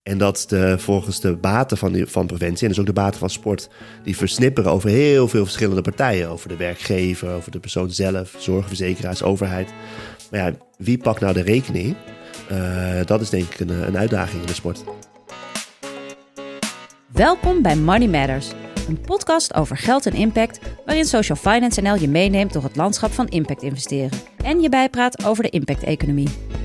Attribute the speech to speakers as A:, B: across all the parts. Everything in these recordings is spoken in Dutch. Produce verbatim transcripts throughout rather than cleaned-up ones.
A: En dat de, volgens de baten van, die, van preventie, en dus ook de baten van sport, die versnipperen over heel veel verschillende partijen. Over de werkgever, over de persoon zelf, zorgverzekeraars, overheid. Maar ja, wie pakt nou de rekening? Uh, dat is denk ik een, een uitdaging in de sport.
B: Welkom bij Money Matters, een podcast over geld en impact, waarin Social Finance N L je meeneemt door het landschap van impact investeren. En je bijpraat over de impact-economie.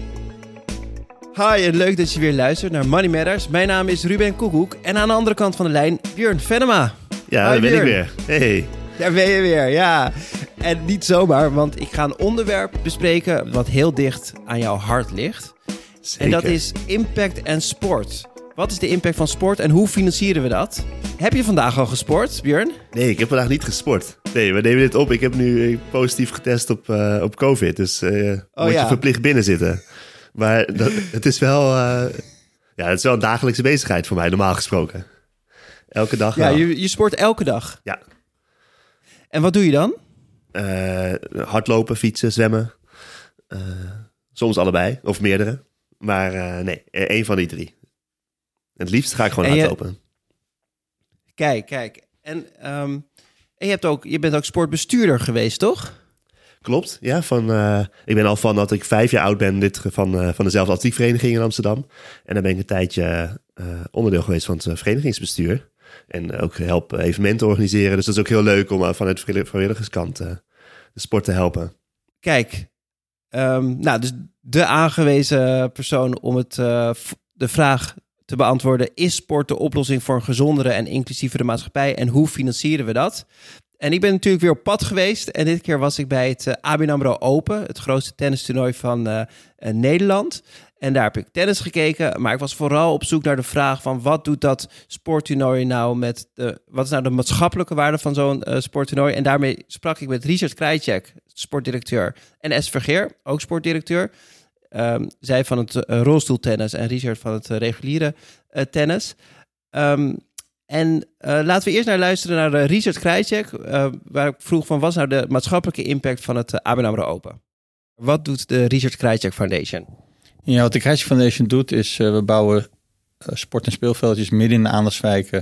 C: Hi en leuk dat je weer luistert naar Money Matters. Mijn naam is Ruben Koekoek en aan de andere kant van de lijn Björn Venema.
A: Ja,
C: Hi,
A: daar ben
C: Björn.
A: ik weer. Hey.
C: Daar ben je weer, ja. En niet zomaar, want ik ga een onderwerp bespreken wat heel dicht aan jouw hart ligt.
A: Zeker.
C: En dat is impact en sport. Wat is de impact van sport en hoe financieren we dat? Heb je vandaag al gesport, Björn?
A: Nee, ik heb vandaag niet gesport. Nee, we nemen dit op. Ik heb nu positief getest op, uh, op COVID. Dus uh,
C: oh,
A: moet
C: ja.
A: je verplicht binnen zitten. Maar dat, het is wel... Uh, ja, het is wel een dagelijkse bezigheid voor mij, normaal gesproken. Elke dag
C: Ja,
A: wel.
C: je, je sport elke dag?
A: Ja.
C: En wat doe je dan?
A: Uh, hardlopen, fietsen, zwemmen. Uh, soms allebei, of meerdere. Maar uh, nee, één van die drie. Het liefst ga ik gewoon
C: en
A: hardlopen.
C: Je... Kijk, kijk. En, um, en je, hebt ook, je bent ook sportbestuurder geweest, toch?
A: Klopt, ja. Van, uh, ik ben al van dat ik vijf jaar oud ben dit, van, uh, van dezelfde atletiekvereniging in Amsterdam. En dan ben ik een tijdje uh, onderdeel geweest van het uh, verenigingsbestuur. En uh, ook helpen evenementen organiseren. Dus dat is ook heel leuk om uh, vanuit de vrijwilligerskant uh, de sport te helpen.
C: Kijk, um, nou, dus de aangewezen persoon om het, uh, de vraag te beantwoorden: is sport de oplossing voor een gezondere en inclusievere maatschappij? En hoe financieren we dat? En ik ben natuurlijk weer op pad geweest. En dit keer was ik bij het uh, A B N AMRO Open, het grootste tennistoernooi van uh, uh, Nederland. En daar heb ik tennis gekeken. Maar ik was vooral op zoek naar de vraag van: wat doet dat sporttoernooi nou met de, wat is nou de maatschappelijke waarde van zo'n uh, sporttoernooi? En daarmee sprak ik met Richard Krajicek, sportdirecteur, en S. Vergeer, ook sportdirecteur. Um, zij van het uh, rolstoeltennis en Richard van het uh, reguliere uh, tennis. Um, en uh, laten we eerst naar luisteren naar uh, Richard Krajicek, uh, waar ik vroeg van: wat is nou de maatschappelijke impact van het uh, A B N AMRO Open? Wat doet de Richard Krajicek Foundation?
D: Ja, wat de Krajicek Foundation doet is uh, we bouwen uh, sport- en speelveldjes midden in de aandachtswijken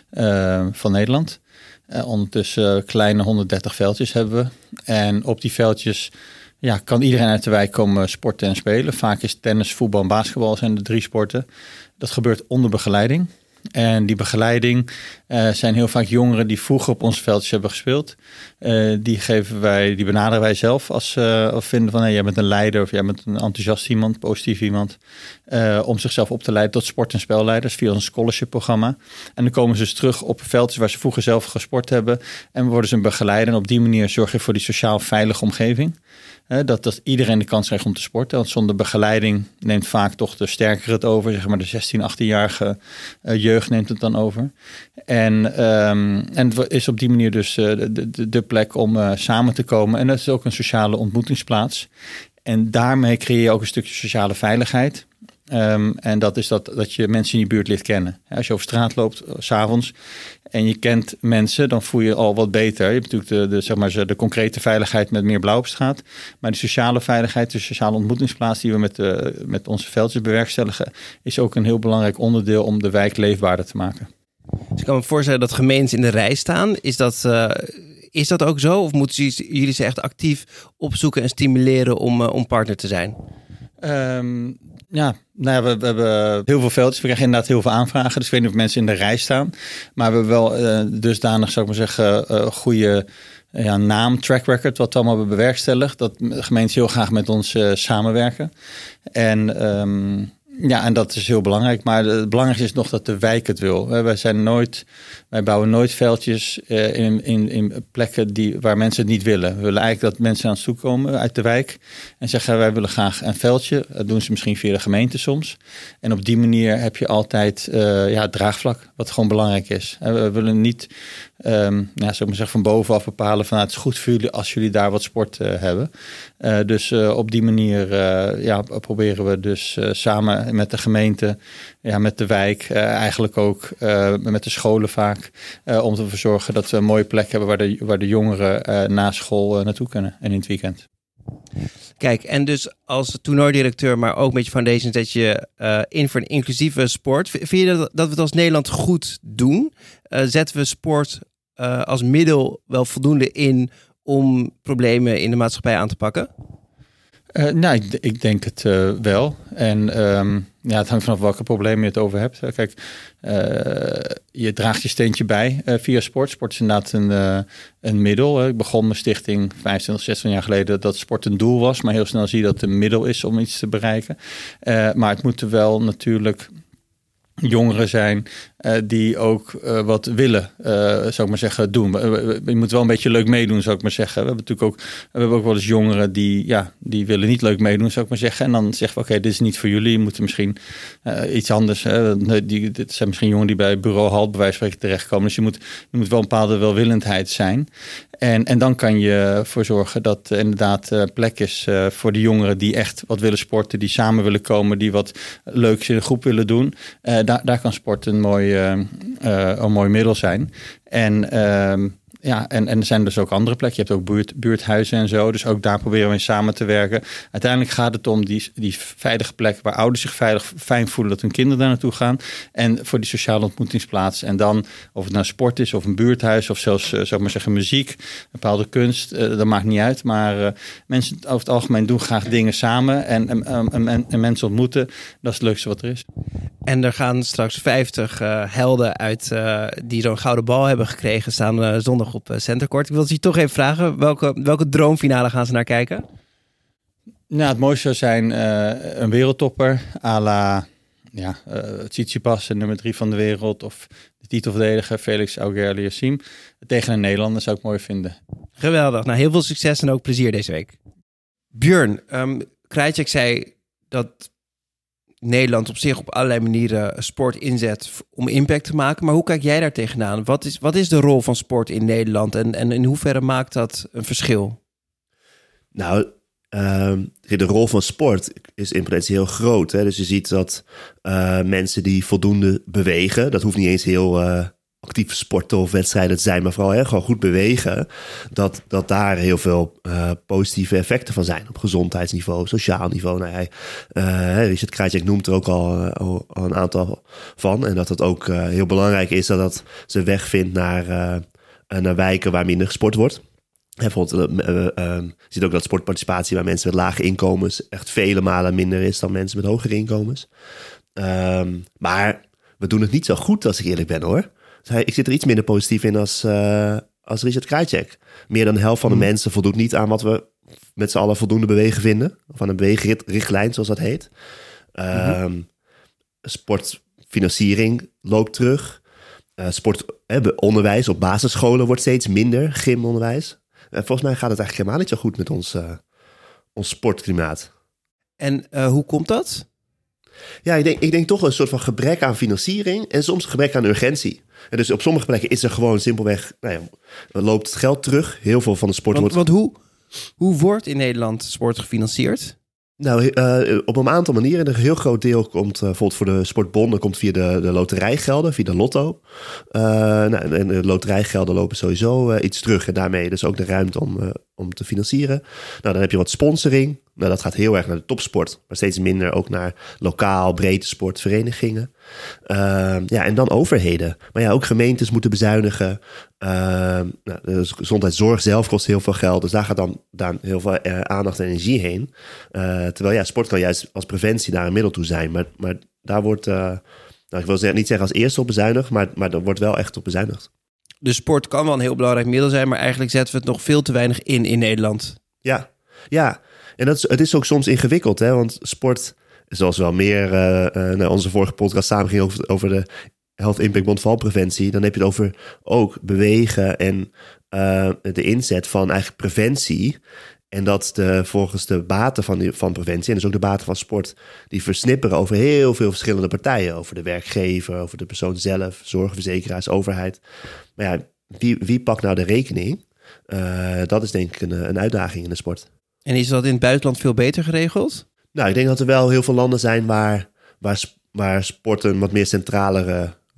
D: uh, van Nederland. Uh, ondertussen uh, kleine honderddertig veldjes hebben we. En op die veldjes ja, kan iedereen uit de wijk komen sporten en spelen. Vaak is tennis, voetbal en basketbal zijn de drie sporten. Dat gebeurt onder begeleiding. En die begeleiding uh, zijn heel vaak jongeren die vroeger op onze veldjes hebben gespeeld. Uh, die geven wij, die benaderen wij zelf als uh, of vinden van hey, jij bent een leider of jij bent een enthousiast iemand, positief iemand. Uh, om zichzelf op te leiden tot sport- en spelleiders via een scholarship programma. En dan komen ze dus terug op veldjes waar ze vroeger zelf gesport hebben. En we worden ze een begeleider. En op die manier zorg je voor die sociaal veilige omgeving. Uh, dat, dat iedereen de kans krijgt om te sporten. Want zonder begeleiding neemt vaak toch de sterkere het over. Zeg maar de zestien, achttienjarige uh, jeugd neemt het dan over. En, um, en het is op die manier dus uh, de, de, de plek om uh, samen te komen. En dat is ook een sociale ontmoetingsplaats. En daarmee creëer je ook een stukje sociale veiligheid. Um, en dat is dat, dat je mensen in je buurt leert kennen. Als je over straat loopt, uh, 's avonds, en je kent mensen, dan voel je al wat beter. Je hebt natuurlijk de, de, zeg maar, de concrete veiligheid met meer blauw op straat. Maar de sociale veiligheid, de sociale ontmoetingsplaats die we met, uh, met onze veldjes bewerkstelligen, is ook een heel belangrijk onderdeel om de wijk leefbaarder te maken.
C: Dus ik kan me voorstellen dat gemeentes in de rij staan. Is dat, uh, is dat ook zo? Of moeten jullie ze echt actief opzoeken en stimuleren om, uh, om partner te zijn?
D: Um, ja, nou ja, we, we hebben heel veel veldjes. We krijgen inderdaad heel veel aanvragen. Dus ik weet niet of mensen in de rij staan. Maar we hebben wel uh, dusdanig, zou ik maar zeggen, uh, goede ja, naam, track record, wat we allemaal hebben bewerkstelligd. Dat gemeentes heel graag met ons uh, samenwerken. En um, ja, en dat is heel belangrijk. Maar het belangrijkste is nog dat de wijk het wil. Wij zijn nooit, wij bouwen nooit veldjes uh, in, in, in plekken die, waar mensen het niet willen. We willen eigenlijk dat mensen aan ons toe komen uit de wijk en zeggen wij willen graag een veldje. Dat doen ze misschien via de gemeente soms. En op die manier heb je altijd uh, ja, het draagvlak, wat gewoon belangrijk is. We willen niet um, ja, zou ik maar zeggen, van bovenaf bepalen van nou, het is goed voor jullie als jullie daar wat sport uh, hebben. Uh, dus uh, op die manier uh, ja, proberen we dus uh, samen met de gemeente, ja, met de wijk, uh, eigenlijk ook uh, met de scholen vaak, uh, om te zorgen dat we een mooie plek hebben waar de, waar de jongeren uh, na school uh, naartoe kunnen en in het weekend.
C: Kijk, en dus als toernooidirecteur, maar ook met je foundation, zet je uh, in voor een inclusieve sport. V- vind je dat, dat we het als Nederland goed doen? Uh, zetten we sport uh, als middel wel voldoende in om problemen in de maatschappij aan te pakken?
D: Uh, nou, ik, ik denk het uh, wel. En um, ja, het hangt vanaf welke problemen je het over hebt. Kijk, uh, je draagt je steentje bij uh, via sport. Sport is inderdaad een, uh, een middel. Ik begon mijn stichting vijfentwintig, zesentwintig jaar geleden dat sport een doel was. Maar heel snel zie je dat het een middel is om iets te bereiken. Uh, maar het moeten wel natuurlijk jongeren zijn uh, die ook uh, wat willen, uh, zou ik maar zeggen, doen. Je moet wel een beetje leuk meedoen, zou ik maar zeggen. We hebben natuurlijk ook, we hebben ook wel eens jongeren die, ja, die willen niet leuk meedoen, zou ik maar zeggen. En dan zeggen we, oké, okay, dit is niet voor jullie. Je moet misschien uh, iets anders. Hè. Die, dit zijn misschien jongeren die bij bureau Halt bij wijze van spreken terechtkomen. Dus je moet, je moet wel een bepaalde welwillendheid zijn. En, en dan kan je ervoor zorgen dat er inderdaad uh, plek is uh, voor de jongeren die echt wat willen sporten, die samen willen komen, die wat leuks in een groep willen doen. Uh, daar, daar kan sport een mooi, uh, uh, een mooi middel zijn. En uh, Ja, en, en er zijn dus ook andere plekken. Je hebt ook buurt, buurthuizen en zo. Dus ook daar proberen we in samen te werken. Uiteindelijk gaat het om die, die veilige plek waar ouders zich veilig fijn voelen dat hun kinderen daar naartoe gaan. En voor die sociale ontmoetingsplaats. En dan, of het nou sport is of een buurthuis of zelfs, uh, zou ik maar zeggen, muziek, bepaalde kunst. Uh, dat maakt niet uit. Maar uh, mensen over het algemeen doen graag dingen samen. En, en, en, en, en mensen ontmoeten. Dat is het leukste wat er is.
C: En er gaan straks vijftig uh, helden uit uh, die zo'n gouden bal hebben gekregen staan uh, zondag op uh, Centercourt. Ik wil je toch even vragen, welke, welke droomfinale gaan ze naar kijken?
D: Nou, het mooiste zou zijn uh, een wereldtopper à la ja, uh, Tsitsipas, de nummer drie van de wereld, of de titelverdediger Felix Auger-Aliassime. Tegen een Nederlander zou ik mooi vinden.
C: Geweldig. Nou, heel veel succes en ook plezier deze week. Björn, um, Krajicek zei dat Nederland op zich op allerlei manieren sport inzet om impact te maken. Maar hoe kijk jij daar tegenaan? Wat is, wat is de rol van sport in Nederland en, en in hoeverre maakt dat een verschil?
A: Nou, uh, de rol van sport is in potentie heel groot. Hè? Dus je ziet dat uh, mensen die voldoende bewegen, dat hoeft niet eens heel uh, actief sporten of wedstrijden te zijn, maar vooral hè, gewoon goed bewegen, dat, dat daar heel veel uh, positieve effecten van zijn op gezondheidsniveau, sociaal niveau. Nou, hij, uh, Richard Krajicek noemt er ook al, uh, al een aantal van. En dat het ook uh, heel belangrijk is dat dat zijn weg vindt naar, uh, naar wijken waar minder gesport wordt. Bijvoorbeeld, uh, uh, uh, je ziet ook dat sportparticipatie bij mensen met lage inkomens echt vele malen minder is dan mensen met hogere inkomens. Um, maar we doen het niet zo goed, als ik eerlijk ben, hoor. Ik zit er iets minder positief in als, uh, als Richard Krajicek. Meer dan de helft van de mm. mensen voldoet niet aan wat we met z'n allen voldoende bewegen vinden. Of aan een beweegrichtlijn, zoals dat heet. Mm-hmm. Um, sportfinanciering loopt terug. Uh, sportonderwijs op basisscholen wordt steeds minder. Gymonderwijs. Uh, volgens mij gaat het eigenlijk helemaal niet zo goed met ons, uh, ons sportklimaat.
C: En uh, hoe komt dat?
A: Ja, ik denk, ik denk toch een soort van gebrek aan financiering en soms gebrek aan urgentie. En dus op sommige plekken is er gewoon simpelweg, nou ja, loopt het geld terug. Heel veel van de sport
C: want,
A: wordt...
C: Want hoe, hoe wordt in Nederland sport gefinancierd?
A: Nou, uh, op een aantal manieren. Een heel groot deel komt uh, bijvoorbeeld voor de sportbonden komt via de, de loterijgelden, via de lotto. Uh, nou, en de loterijgelden lopen sowieso uh, iets terug en daarmee dus ook de ruimte om, uh, om te financieren. Nou, dan heb je wat sponsoring. Nou, dat gaat heel erg naar de topsport, maar steeds minder ook naar lokaal, breedte sportverenigingen. Uh, ja, en dan overheden. Maar ja, ook gemeentes moeten bezuinigen. Uh, nou, de gezondheidszorg zelf kost heel veel geld, dus daar gaat dan, dan heel veel uh, aandacht en energie heen. Uh, terwijl ja, sport kan juist als preventie daar een middel toe zijn. Maar, maar daar wordt, uh, nou, ik wil niet zeggen als eerste op bezuinigd, maar, maar er wordt wel echt op bezuinigd.
C: Dus sport kan wel een heel belangrijk middel zijn, maar eigenlijk zetten we het nog veel te weinig in in Nederland.
A: Ja, ja. En dat is, het is ook soms ingewikkeld, hè? Want sport, zoals wel meer, uh, uh, nou, onze vorige podcast samen ging over, over de Health Impact Bond valpreventie. Dan heb je het over ook bewegen en uh, de inzet van eigenlijk preventie. En dat de, volgens de baten van, die, van preventie, en dus ook de baten van sport, die versnipperen over heel veel verschillende partijen. Over de werkgever, over de persoon zelf, zorgverzekeraars, overheid. Maar ja, wie, wie pakt nou de rekening? Uh, dat is denk ik een, een uitdaging in de sport.
C: En is dat in het buitenland veel beter geregeld?
A: Nou, ik denk dat er wel heel veel landen zijn waar, waar, waar sport een wat meer centralere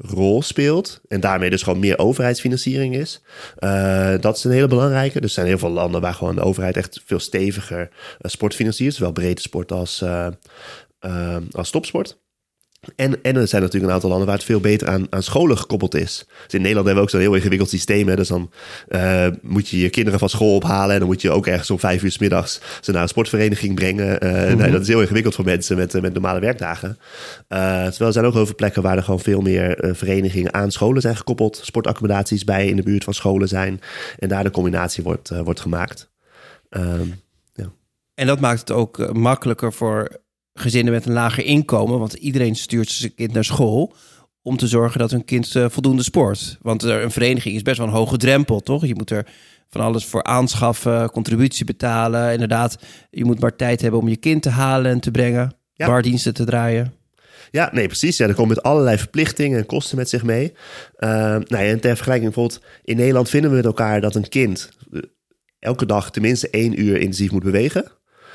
A: rol speelt en daarmee dus gewoon meer overheidsfinanciering is. Uh, dat is een hele belangrijke. Dus er zijn heel veel landen waar gewoon de overheid echt veel steviger uh, sport financiert, zowel breedte sport als, uh, uh, als topsport. En, en er zijn natuurlijk een aantal landen waar het veel beter aan, aan scholen gekoppeld is. Dus in Nederland hebben we ook zo'n heel ingewikkeld systeem. Hè? Dus dan uh, moet je je kinderen van school ophalen en dan moet je ook ergens om vijf uur 's middags ze naar een sportvereniging brengen. Uh, mm-hmm. nou, dat is heel ingewikkeld voor mensen met, met normale werkdagen. Uh, terwijl er zijn ook heel veel plekken waar er gewoon veel meer uh, verenigingen aan scholen zijn gekoppeld. Sportaccommodaties bij in de buurt van scholen zijn. En daar de combinatie wordt, uh, wordt gemaakt. Um, ja.
C: En dat maakt het ook uh, makkelijker voor gezinnen met een lager inkomen, want iedereen stuurt zijn kind naar school om te zorgen dat hun kind uh, voldoende sport. Want er, een vereniging is best wel een hoge drempel, toch? Je moet er van alles voor aanschaffen, contributie betalen. Inderdaad, je moet maar tijd hebben om je kind te halen en te brengen, ja. bardiensten te draaien.
A: Ja, nee, precies. Ja, er komt met allerlei verplichtingen en kosten met zich mee. Uh, nou ja, en ter vergelijking bijvoorbeeld, in Nederland vinden we met elkaar dat een kind elke dag tenminste één uur intensief moet bewegen.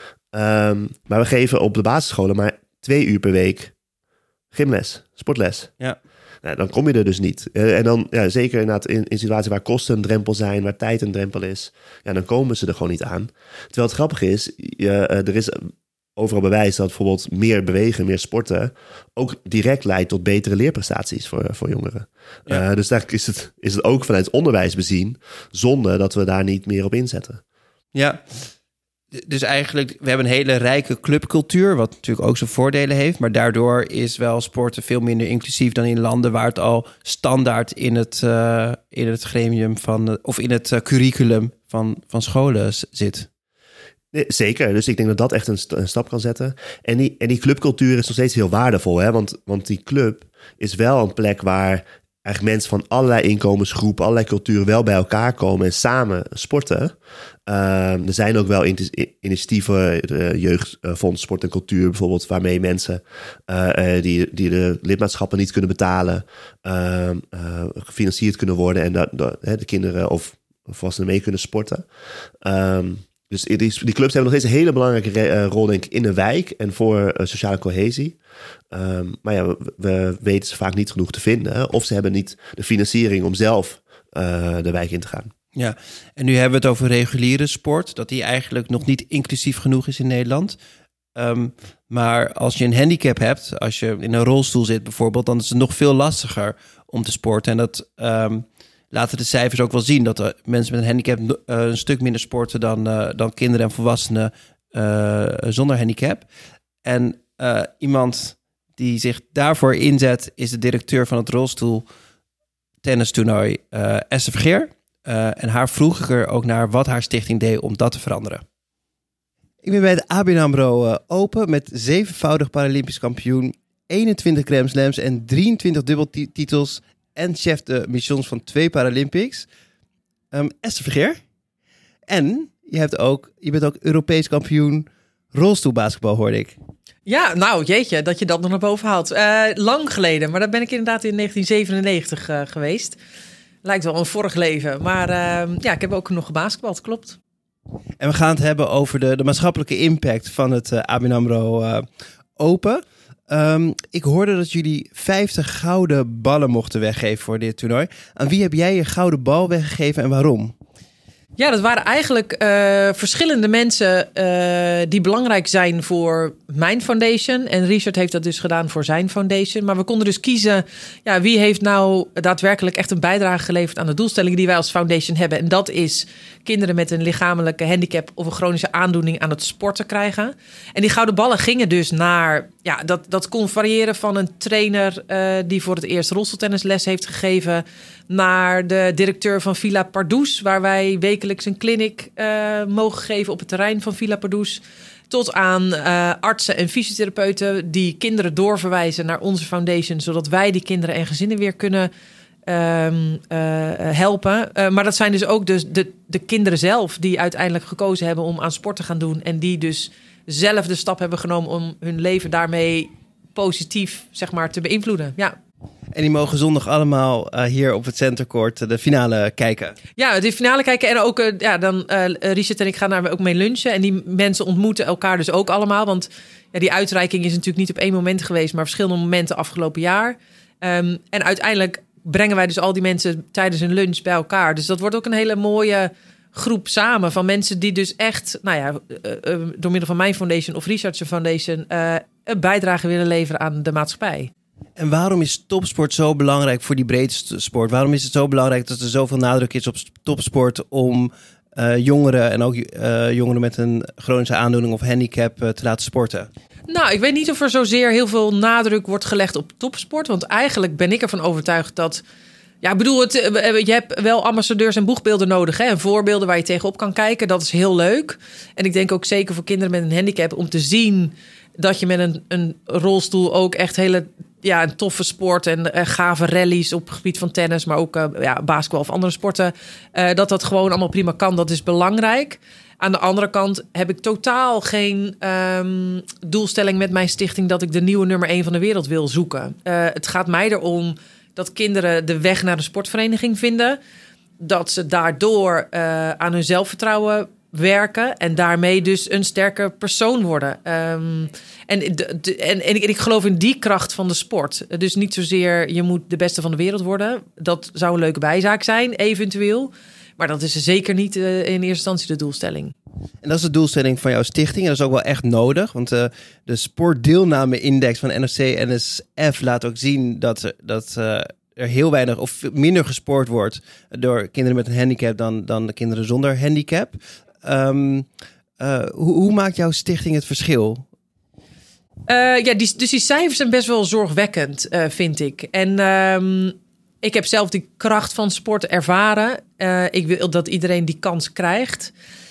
A: Um, maar we geven op de basisscholen maar twee uur per week gymles, sportles. Ja. Nou, dan kom je er dus niet. Uh, en dan, ja, zeker inderdaad in, in situaties waar kosten een drempel zijn, waar tijd een drempel is, ja, dan komen ze er gewoon niet aan. Terwijl het grappige is, je, uh, er is overal bewijs dat bijvoorbeeld meer bewegen, meer sporten ook direct leidt tot betere leerprestaties voor, voor jongeren. Ja. Uh, dus daar is het, is het ook vanuit onderwijs bezien, zonder dat we daar niet meer op inzetten.
C: Ja. Dus eigenlijk, we hebben een hele rijke clubcultuur, wat natuurlijk ook zijn voordelen heeft. Maar daardoor is wel sporten veel minder inclusief dan in landen waar het al standaard in het, uh, in het gremium van, of in het uh, curriculum van, van scholen zit.
A: Nee, zeker, dus ik denk dat dat echt een, st- een stap kan zetten. En die, en die clubcultuur is nog steeds heel waardevol, hè? Want, want die club is wel een plek waar eigenlijk mensen van allerlei inkomensgroepen, allerlei culturen wel bij elkaar komen en samen sporten. Uh, er zijn ook wel initiatieven, de Jeugdfonds Sport en Cultuur bijvoorbeeld, waarmee mensen uh, die, die de lidmaatschappen niet kunnen betalen, uh, uh, gefinancierd kunnen worden en dat, dat, de kinderen of volwassenen mee kunnen sporten. Um, dus die, die clubs hebben nog steeds een hele belangrijke re- uh, rol, denk ik, in de wijk en voor uh, sociale cohesie. Um, maar ja, we, we weten ze vaak niet genoeg te vinden. Of ze hebben niet de financiering om zelf uh, de wijk in te gaan.
C: Ja, en nu hebben we het over reguliere sport, dat die eigenlijk nog niet inclusief genoeg is in Nederland. Um, maar als je een handicap hebt, als je in een rolstoel zit bijvoorbeeld, dan is het nog veel lastiger om te sporten. En dat um, laten de cijfers ook wel zien, dat er mensen met een handicap uh, een stuk minder sporten dan, uh, dan kinderen en volwassenen uh, zonder handicap. En uh, iemand die zich daarvoor inzet, is de directeur van het rolstoel tennistoernooi, uh, Esther Vergeer. Uh, en haar vroeg ik er ook naar wat haar stichting deed om dat te veranderen. Ik ben bij de A B N AMRO uh, Open met zevenvoudig Paralympisch kampioen, eenentwintig Grand Slams en drieëntwintig dubbeltitels en chef de missions van twee Paralympics. Um, Esther Vergeer. En je, hebt ook, je bent ook Europees kampioen rolstoelbasketbal, hoorde ik.
E: Ja, nou jeetje, dat je dat nog naar boven haalt. Uh, lang geleden, maar dat ben ik inderdaad in negentien zevenennegentig uh, geweest. Lijkt wel een vorig leven. Maar uh, ja, ik heb ook nog gebasketbald, klopt.
C: En we gaan het hebben over de, de maatschappelijke impact van het uh, A B N AMRO uh, Open. Um, ik hoorde dat jullie vijftig gouden ballen mochten weggeven voor dit toernooi. Aan wie heb jij je gouden bal weggegeven en waarom?
E: Ja, dat waren eigenlijk uh, verschillende mensen uh, die belangrijk zijn voor mijn foundation. En Richard heeft dat dus gedaan voor zijn foundation. Maar we konden dus kiezen, ja, wie heeft nou daadwerkelijk echt een bijdrage geleverd aan de doelstellingen die wij als foundation hebben. En dat is kinderen met een lichamelijke handicap of een chronische aandoening aan het sporten krijgen. En die gouden ballen gingen dus naar, ja, dat, dat kon variëren van een trainer uh, die voor het eerst rolstoeltennisles heeft gegeven, naar de directeur van Villa Pardoes, waar wij wekelijks een clinic uh, mogen geven op het terrein van Villa Pardoes, tot aan uh, artsen en fysiotherapeuten die kinderen doorverwijzen naar onze foundation, zodat wij die kinderen en gezinnen weer kunnen uh, uh, helpen. Uh, maar dat zijn dus ook dus de, de kinderen zelf die uiteindelijk gekozen hebben om aan sport te gaan doen en die dus zelf de stap hebben genomen om hun leven daarmee positief, zeg maar, te beïnvloeden. Ja.
C: En die mogen zondag allemaal uh, hier op het Centercourt de finale kijken.
E: Ja, de finale kijken. En ook, uh, ja, dan uh, Richard en ik gaan daar ook mee lunchen. En die mensen ontmoeten elkaar dus ook allemaal. Want ja, die uitreiking is natuurlijk niet op één moment geweest, maar verschillende momenten afgelopen jaar. Um, en uiteindelijk brengen wij dus al die mensen tijdens een lunch bij elkaar. Dus dat wordt ook een hele mooie groep samen van mensen die dus echt, nou ja, uh, uh, door middel van mijn foundation of Richard's Foundation uh, een bijdrage willen leveren aan de maatschappij.
C: En waarom is topsport zo belangrijk voor die breedste sport? Waarom is het zo belangrijk dat er zoveel nadruk is op topsport om uh, jongeren en ook uh, jongeren met een chronische aandoening of handicap uh, te laten sporten?
E: Nou, ik weet niet of er zozeer heel veel nadruk wordt gelegd op topsport. Want eigenlijk ben ik ervan overtuigd dat... Ja, ik bedoel, het, je hebt wel ambassadeurs en boegbeelden nodig. Hè? En voorbeelden waar je tegenop kan kijken. Dat is heel leuk. En ik denk ook zeker voor kinderen met een handicap... om te zien dat je met een, een rolstoel ook echt hele... Ja, een toffe sport en uh, gave rallies op het gebied van tennis... maar ook uh, ja, basketbal of andere sporten... Uh, dat dat gewoon allemaal prima kan. Dat is belangrijk. Aan de andere kant heb ik totaal geen um, doelstelling met mijn stichting... dat ik de nieuwe nummer één van de wereld wil zoeken. Uh, het gaat mij erom dat kinderen de weg naar de sportvereniging vinden. Dat ze daardoor uh, aan hun zelfvertrouwen werken... en daarmee dus een sterke persoon worden. Um, en, de, de, en, en, ik, en ik geloof in die kracht van de sport. Dus niet zozeer je moet de beste van de wereld worden. Dat zou een leuke bijzaak zijn, eventueel... Maar dat is zeker niet uh, in eerste instantie de doelstelling.
C: En dat is de doelstelling van jouw stichting. En dat is ook wel echt nodig. Want uh, de sportdeelname-index van N O C N S F laat ook zien dat, dat uh, er heel weinig of minder gesport wordt door kinderen met een handicap dan, dan de kinderen zonder handicap. Um, uh, hoe, hoe maakt jouw stichting het verschil?
E: Uh, ja, die, dus die cijfers zijn best wel zorgwekkend, uh, vind ik. En... Um, Ik heb zelf die kracht van sport ervaren. Uh, ik wil dat iedereen die kans krijgt.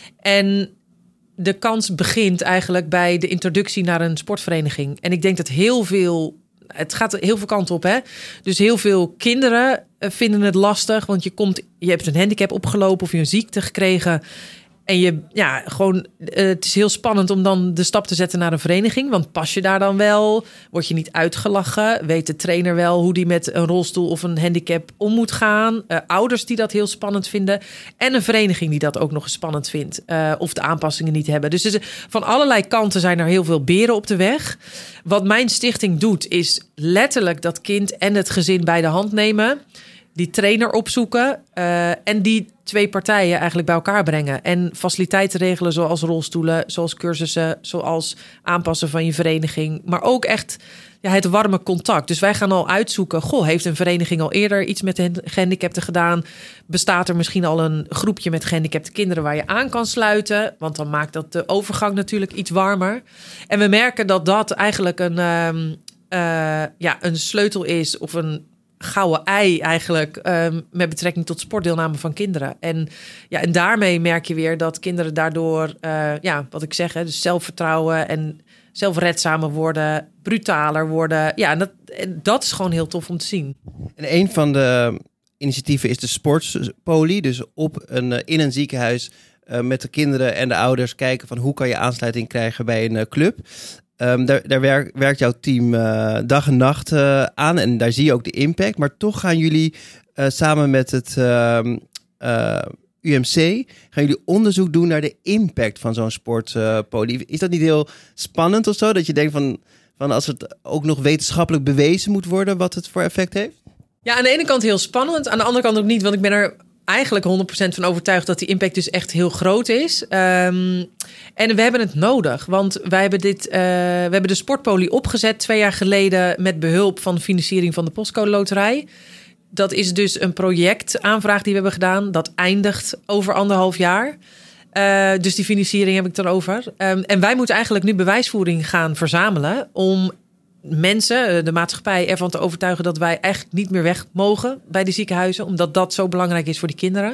E: En de kans begint eigenlijk bij de introductie naar een sportvereniging. En ik denk dat heel veel... Het gaat heel veel kanten op, hè? Dus heel veel kinderen vinden het lastig. Want je, komt, je hebt een handicap opgelopen of je een ziekte gekregen... En je, ja, gewoon, uh, het is heel spannend om dan de stap te zetten naar een vereniging. Want pas je daar dan wel? Word je niet uitgelachen? Weet de trainer wel hoe die met een rolstoel of een handicap om moet gaan? Uh, ouders die dat heel spannend vinden. En een vereniging die dat ook nog eens spannend vindt. Uh, of de aanpassingen niet hebben. Dus, dus van allerlei kanten zijn er heel veel beren op de weg. Wat mijn stichting doet, is letterlijk dat kind en het gezin bij de hand nemen. Die trainer opzoeken uh, en die twee partijen eigenlijk bij elkaar brengen. En faciliteiten regelen zoals rolstoelen, zoals cursussen, zoals aanpassen van je vereniging. Maar ook echt ja, het warme contact. Dus wij gaan al uitzoeken, goh, heeft een vereniging al eerder iets met de gehandicapten gedaan? Bestaat er misschien al een groepje met gehandicapte kinderen waar je aan kan sluiten? Want dan maakt dat de overgang natuurlijk iets warmer. En we merken dat dat eigenlijk een, um, uh, ja, een sleutel is of een gouden ei eigenlijk um, met betrekking tot sportdeelname van kinderen. En, ja, en daarmee merk je weer dat kinderen daardoor, uh, ja, wat ik zeg, hè, dus zelfvertrouwen en zelfredzamer worden, brutaler worden. Ja, en dat, en dat is gewoon heel tof om te zien.
C: En een van de initiatieven is de sportpoli. Dus op een, in een ziekenhuis uh, met de kinderen en de ouders kijken van hoe kan je aansluiting krijgen bij een uh, club. Um, daar daar werk, werkt jouw team uh, dag en nacht uh, aan en daar zie je ook de impact. Maar toch gaan jullie uh, samen met het uh, uh, U M C gaan jullie onderzoek doen naar de impact van zo'n sportpoli. Uh, Is dat niet heel spannend of zo? Dat je denkt van, van als het ook nog wetenschappelijk bewezen moet worden wat het voor effect heeft?
E: Ja, aan de ene kant heel spannend. Aan de andere kant ook niet, want ik ben er eigenlijk honderd procent van overtuigd dat die impact dus echt heel groot is. Um, en we hebben het nodig, want wij hebben dit, uh, we hebben de sportpoli opgezet twee jaar geleden met behulp van de financiering van de Postcode Loterij. Dat is dus een projectaanvraag die we hebben gedaan. Dat eindigt over anderhalf jaar. Uh, dus die financiering heb ik dan over. Um, en wij moeten eigenlijk nu bewijsvoering gaan verzamelen om mensen, de maatschappij, ervan te overtuigen dat wij eigenlijk niet meer weg mogen bij de ziekenhuizen, omdat dat zo belangrijk is voor die kinderen.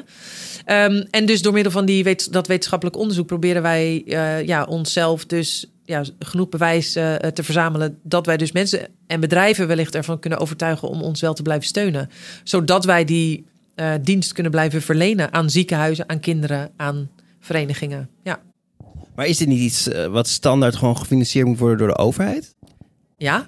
E: Um, en dus door middel van die wet, dat wetenschappelijk onderzoek proberen wij uh, ja, onszelf dus ja, genoeg bewijs uh, te verzamelen dat wij dus mensen en bedrijven wellicht ervan kunnen overtuigen om ons wel te blijven steunen. Zodat wij die uh, dienst kunnen blijven verlenen aan ziekenhuizen, aan kinderen, aan verenigingen. Ja.
C: Maar is dit niet iets uh, wat standaard gewoon gefinancierd moet worden door de overheid?
E: Ja,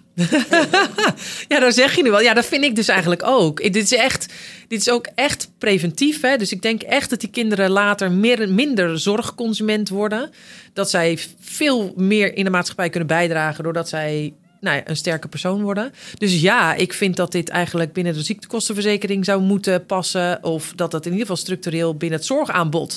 E: ja, daar zeg je nu wel. Ja, dat vind ik dus eigenlijk ook. Dit is echt, dit is ook echt preventief. Hè? Dus ik denk echt dat die kinderen later meer, minder zorgconsument worden. Dat zij veel meer in de maatschappij kunnen bijdragen doordat zij nou ja, een sterke persoon worden. Dus ja, ik vind dat dit eigenlijk binnen de ziektekostenverzekering zou moeten passen. Of dat dat in ieder geval structureel binnen het zorgaanbod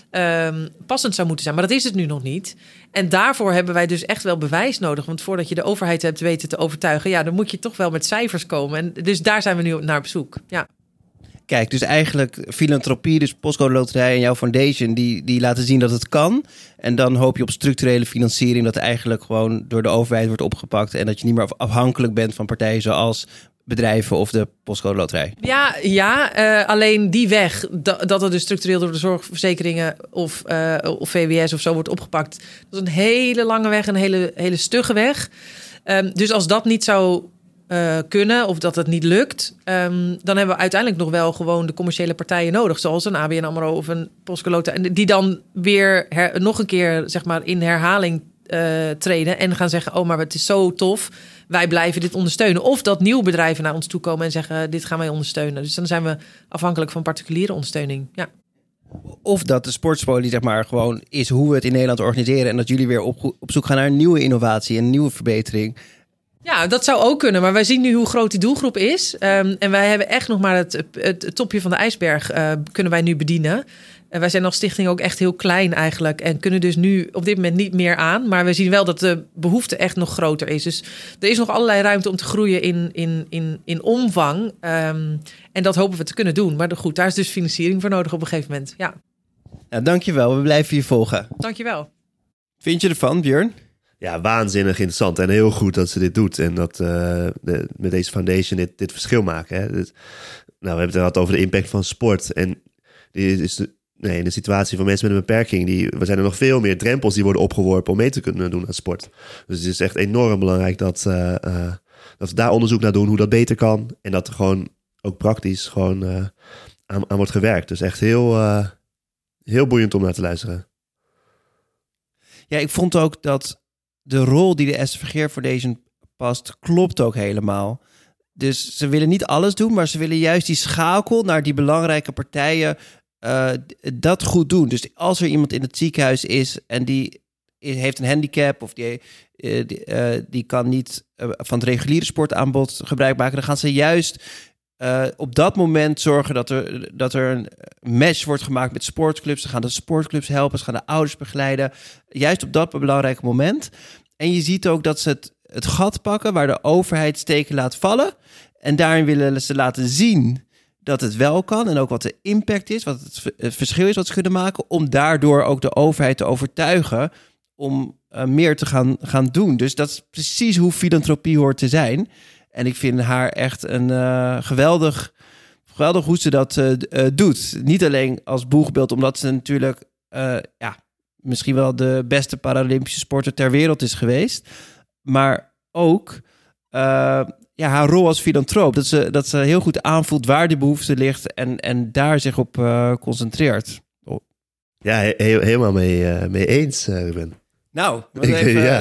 E: um, passend zou moeten zijn. Maar dat is het nu nog niet. En daarvoor hebben wij dus echt wel bewijs nodig. Want voordat je de overheid hebt weten te overtuigen, ja, dan moet je toch wel met cijfers komen. En dus daar zijn we nu naar op zoek. Ja.
C: Kijk, dus eigenlijk filantropie, dus Postcode Loterij en jouw foundation, die, die laten zien dat het kan. En dan hoop je op structurele financiering dat eigenlijk gewoon door de overheid wordt opgepakt. En dat je niet meer afhankelijk bent van partijen zoals bedrijven of de Postcode Loterij.
E: Ja, ja uh, alleen die weg, dat, dat het dus structureel door de zorgverzekeringen of, uh, of V W S of zo wordt opgepakt. Dat is een hele lange weg, een hele, hele stugge weg. Um, dus als dat niet zou Uh, kunnen of dat het niet lukt, um, dan hebben we uiteindelijk nog wel gewoon de commerciële partijen nodig, zoals een A B N AMRO of een Postcode Loterij, en die dan weer her, nog een keer zeg maar in herhaling uh, treden en gaan zeggen, oh, maar het is zo tof, wij blijven dit ondersteunen. Of dat nieuwe bedrijven naar ons toe komen en zeggen, dit gaan wij ondersteunen. Dus dan zijn we afhankelijk van particuliere ondersteuning. Ja.
C: Of dat de sportspolie zeg maar gewoon is hoe we het in Nederland organiseren en dat jullie weer op, op zoek gaan naar een nieuwe innovatie en een nieuwe verbetering.
E: Ja, dat zou ook kunnen. Maar wij zien nu hoe groot die doelgroep is. Um, en wij hebben echt nog maar het, het, het topje van de ijsberg uh, kunnen wij nu bedienen. En wij zijn als stichting ook echt heel klein eigenlijk. En kunnen dus nu op dit moment niet meer aan. Maar we zien wel dat de behoefte echt nog groter is. Dus er is nog allerlei ruimte om te groeien in, in, in, in omvang. Um, en dat hopen we te kunnen doen. Maar goed, daar is dus financiering voor nodig op een gegeven moment. Ja.
C: Ja, dankjewel. We blijven je volgen.
E: Dankjewel.
C: Vind je ervan, Björn?
A: Ja, waanzinnig interessant en heel goed dat ze dit doet. En dat uh, de, met deze foundation dit, dit verschil maken. Hè. Dit, nou, we hebben het gehad over de impact van sport. En die is de, nee, in de situatie van mensen met een beperking, die, er zijn er nog veel meer drempels die worden opgeworpen om mee te kunnen doen aan sport. Dus het is echt enorm belangrijk dat, uh, uh, dat we daar onderzoek naar doen, hoe dat beter kan. En dat er gewoon ook praktisch gewoon uh, aan, aan wordt gewerkt. Dus echt heel, uh, heel boeiend om naar te luisteren.
C: Ja, ik vond ook dat de rol die de Esther Vergeer Foundation past, klopt ook helemaal. Dus ze willen niet alles doen, maar ze willen juist die schakel naar die belangrijke partijen uh, dat goed doen. Dus als er iemand in het ziekenhuis is en die heeft een handicap of die, uh, die, uh, die kan niet uh, van het reguliere sportaanbod gebruik maken, dan gaan ze juist uh, op dat moment zorgen dat er, dat er een match wordt gemaakt met sportclubs. Ze gaan de sportclubs helpen, ze gaan de ouders begeleiden. Juist op dat belangrijke moment. En je ziet ook dat ze het, het gat pakken waar de overheid steken laat vallen. En daarin willen ze laten zien dat het wel kan. En ook wat de impact is, wat het, het verschil is wat ze kunnen maken. Om daardoor ook de overheid te overtuigen om uh, meer te gaan, gaan doen. Dus dat is precies hoe filantropie hoort te zijn. En ik vind haar echt een uh, geweldig, geweldig hoe ze dat uh, uh, doet. Niet alleen als boegbeeld, omdat ze natuurlijk uh, ja, misschien wel de beste Paralympische sporter ter wereld is geweest. Maar ook uh, ja, haar rol als filantroop. Dat ze, dat ze heel goed aanvoelt waar die behoefte ligt en, en daar zich op uh, concentreert. Oh.
A: Ja, he- he- helemaal mee, uh, mee eens, uh, Ruben.
C: Nou, wat even...
A: ja.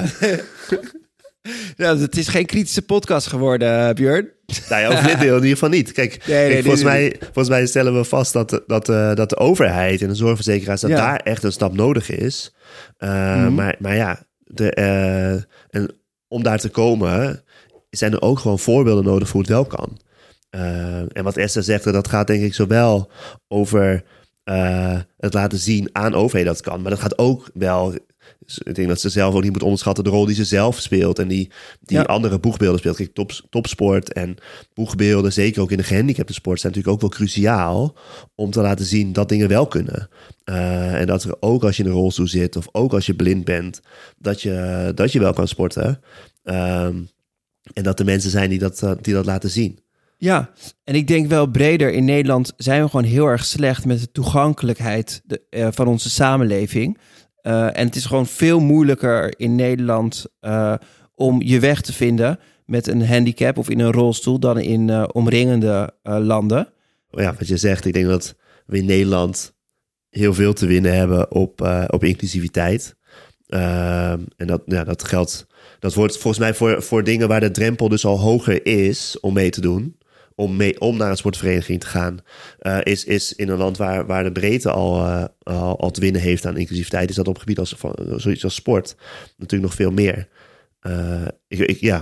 C: Ja, het is geen kritische podcast geworden, Björn.
A: Nou ja, over dit deel in ieder geval niet. Kijk,
C: Nee, nee,
A: kijk volgens,
C: nee,
A: mij,
C: nee.
A: volgens mij stellen we vast dat, dat, uh, dat de overheid en de zorgverzekeraars, dat
C: Ja.
A: daar echt een stap nodig is. Uh,
C: Mhm.
A: maar, maar ja, de, uh, en om daar te komen, zijn er ook gewoon voorbeelden nodig voor hoe het wel kan. Uh, en wat Esther zegt, dat gaat denk ik zowel over uh, het laten zien aan overheden dat het kan. Maar dat gaat ook wel... Ik denk dat ze zelf ook niet moet onderschatten de rol die ze zelf speelt en die, die
C: Ja.
A: andere boegbeelden speelt. Kijk, top, topsport en boegbeelden, zeker ook in de gehandicapte sport, zijn natuurlijk ook wel cruciaal om te laten zien dat dingen wel kunnen. Uh, en dat er ook als je in een rolstoel zit of ook als je blind bent, dat je, dat je wel kan sporten. Um, en dat er mensen zijn die dat, die dat laten zien.
C: Ja, en ik denk wel breder in Nederland zijn we gewoon heel erg slecht met de toegankelijkheid de, uh, van onze samenleving. Uh, en het is gewoon veel moeilijker in Nederland uh, om je weg te vinden met een handicap of in een rolstoel dan in uh, omringende uh, landen.
A: Ja, wat je zegt, ik denk dat we in Nederland heel veel te winnen hebben op, uh, op inclusiviteit. Uh, en dat, ja, dat geldt, dat wordt volgens mij voor, voor dingen waar de drempel dus al hoger is om mee te doen. Om, mee, om naar een sportvereniging te gaan, uh, is, is in een land waar, waar de breedte al, uh, al, al te winnen heeft aan inclusiviteit, is dat op het gebied als van, zoiets als sport natuurlijk nog veel meer. Uh, ik, ik, ja,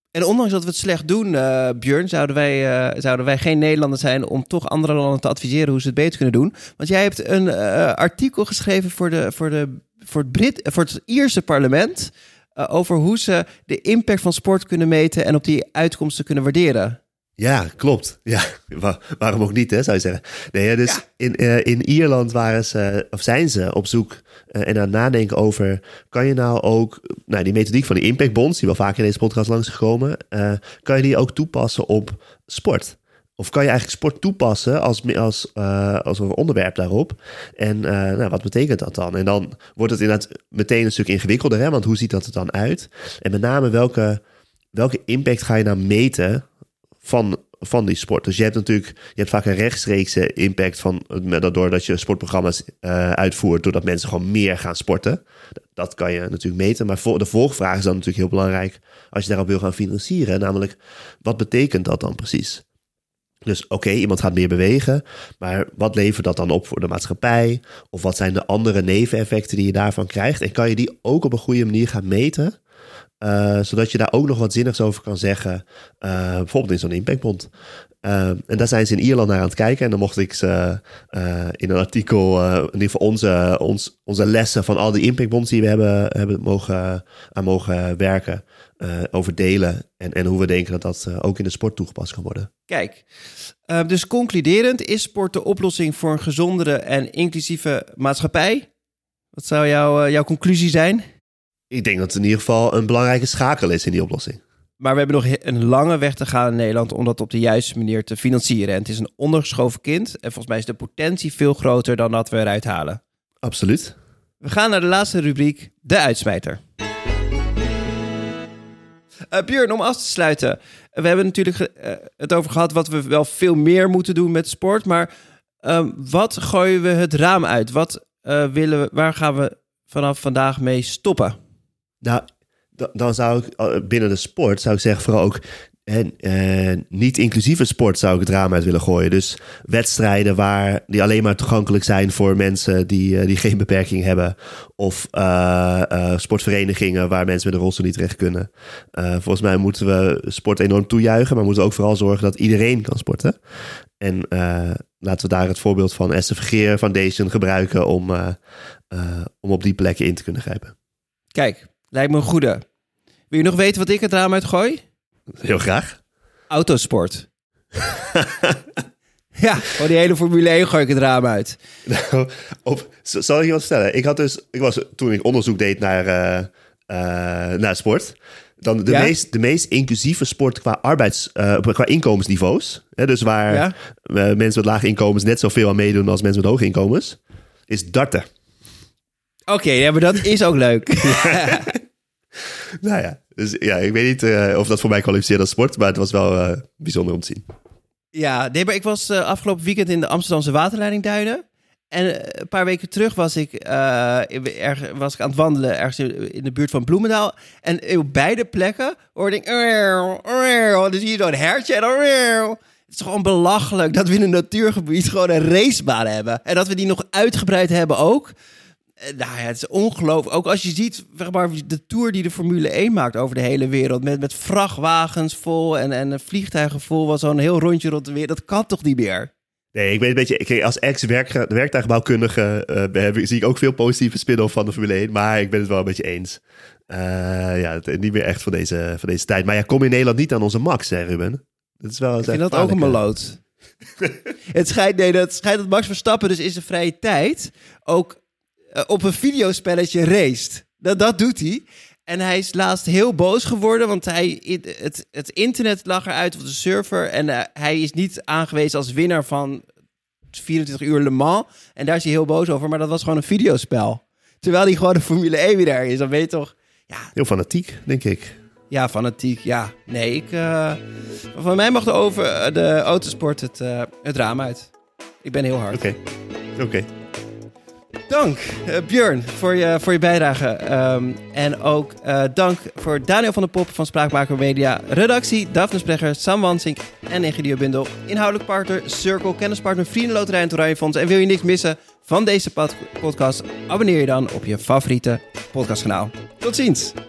C: En ondanks dat we het slecht doen, uh, Björn, zouden wij, uh, zouden wij geen Nederlander zijn om toch andere landen te adviseren hoe ze het beter kunnen doen. Want jij hebt een uh, artikel geschreven voor, de, voor, de, voor, het Brit, voor het Ierse parlement uh, over hoe ze de impact van sport kunnen meten en op die uitkomsten kunnen waarderen.
A: Ja, klopt. Ja, Waar, waarom ook niet, hè, zou je zeggen. Nee, dus ja. in, uh, in Ierland waren ze, of zijn ze op zoek uh, en aan het nadenken over, kan je nou ook, nou, die methodiek van die impact bonds, die wel vaak in deze podcast langsgekomen, uh, kan je die ook toepassen op sport? Of kan je eigenlijk sport toepassen als, als, uh, als een onderwerp daarop? En uh, nou, wat betekent dat dan? En dan wordt het inderdaad meteen een stuk ingewikkelder, hè, want hoe ziet dat er dan uit? En met name welke, welke impact ga je nou meten van, van die sport? Dus je hebt natuurlijk, je hebt vaak een rechtstreekse impact van, doordat je sportprogramma's uh, uitvoert, doordat mensen gewoon meer gaan sporten. Dat kan je natuurlijk meten, maar voor, de volgvraag is dan natuurlijk heel belangrijk als je daarop wil gaan financieren, namelijk, wat betekent dat dan precies? Dus oké, okay, iemand gaat meer bewegen, maar wat levert dat dan op voor de maatschappij? Of wat zijn de andere neveneffecten die je daarvan krijgt? En kan je die ook op een goede manier gaan meten? Uh, zodat je daar ook nog wat zinnigs over kan zeggen, uh, bijvoorbeeld in zo'n impactbond. Uh, en daar zijn ze in Ierland naar aan het kijken. En dan mocht ik ze uh, in een artikel, uh, in ieder geval onze, ons, onze lessen van al die impactbonds die we hebben, hebben mogen, aan mogen werken, uh, over delen. En, en hoe we denken dat dat uh, ook in de sport toegepast kan worden.
C: Kijk, uh, dus concluderend, is sport de oplossing voor een gezondere en inclusieve maatschappij? Wat zou jouw, uh, jouw conclusie zijn?
A: Ik denk dat het in ieder geval een belangrijke schakel is in die oplossing.
C: Maar we hebben nog een lange weg te gaan in Nederland om dat op de juiste manier te financieren. En het is een ondergeschoven kind. En volgens mij is de potentie veel groter dan dat we eruit halen.
A: Absoluut.
C: We gaan naar de laatste rubriek, de uitsmijter. Uh, Björn, om af te sluiten. We hebben natuurlijk uh, het over gehad wat we wel veel meer moeten doen met sport. Maar uh, wat gooien we het raam uit? Wat uh, willen we, waar gaan we vanaf vandaag mee stoppen?
A: Nou, dan zou ik binnen de sport, zou ik zeggen, vooral ook en, eh, niet-inclusieve sport zou ik het raam uit willen gooien. Dus wedstrijden waar die alleen maar toegankelijk zijn voor mensen die, uh, die geen beperking hebben. Of uh, uh, sportverenigingen waar mensen met een rolstoel niet terecht kunnen. Uh, volgens mij moeten we sport enorm toejuichen, maar moeten we ook vooral zorgen dat iedereen kan sporten. En uh, laten we daar het voorbeeld van Esther Vergeer Foundation gebruiken om, uh, uh, om op die plekken in te kunnen grijpen.
C: Kijk, lijkt me een goede. Wil je nog weten wat ik het raam uitgooi?
A: Heel graag.
C: Autosport. Ja, gewoon die hele Formule één gooi ik het raam uit.
A: Nou, op, zal ik je wat vertellen? Ik had dus, ik was toen ik onderzoek deed naar, uh, uh, naar sport, dan de, ja? meest, de meest inclusieve sport qua arbeids, uh, qua inkomensniveaus, hè, dus waar ja? uh, mensen met lage inkomens net zoveel aan meedoen als mensen met hoge inkomens, is darten.
C: Oké, okay, ja, maar dat is ook leuk. Ja.
A: Nou ja, dus ja, ik weet niet uh, of dat voor mij kwalificeert als sport, maar het was wel uh, bijzonder om te zien.
C: Ja, nee, maar ik was uh, afgelopen weekend in de Amsterdamse waterleidingduinen. En uh, een paar weken terug was ik, uh, erg, was ik aan het wandelen ergens in, in de buurt van Bloemendaal. En op beide plekken hoorde ik, dan zie je zo'n hertje en dan, het is gewoon belachelijk dat we in een natuurgebied gewoon een racebaan hebben. En dat we die nog uitgebreid hebben ook. Nou ja, het is ongelooflijk. Ook als je ziet, zeg maar, de tour die de Formule één maakt over de hele wereld. Met, met vrachtwagens vol en, en vliegtuigen vol. Was zo'n heel rondje rond de wereld. Dat kan toch niet meer?
A: Nee, ik weet een beetje. Kijk, als ex-werktuigbouwkundige uh, zie ik ook veel positieve spin-off van de Formule één. Maar ik ben het wel een beetje eens. Uh, ja, het, niet meer echt van deze, van deze tijd. Maar ja, kom in Nederland niet aan onze max, hè, Ruben? Dat is wel.
C: Ik vind dat ook een meloot. het schijnt, nee, dat schijnt dat Max Verstappen dus in zijn vrije tijd ook Uh, op een videospelletje raced. Dat, dat doet hij. En hij is laatst heel boos geworden, want hij, het, het internet lag eruit op de server en uh, hij is niet aangewezen als winnaar van vierentwintig uur Le Mans. En daar is hij heel boos over, maar dat was gewoon een videospel. Terwijl hij gewoon de Formule één winnaar is, dan weet je toch... Ja,
A: heel fanatiek, denk ik.
C: Ja, fanatiek, ja. Nee, ik... Uh, van mij mag de, over, de autosport het, uh, het raam uit. Ik ben heel hard.
A: Oké, okay. oké. Okay.
C: Dank, uh, Björn, voor je, voor je bijdrage. Um, en ook uh, dank voor Daniel van der Pop van Spraakmaker Media. Redactie, Daphne Sprecher, Sam Wansink en Egidio Bundel. Inhoudelijk partner, Circle, kennispartner, Vriendenloterij en Oranje Fonds. En wil je niks missen van deze pod- podcast? Abonneer je dan op je favoriete podcastkanaal. Tot ziens!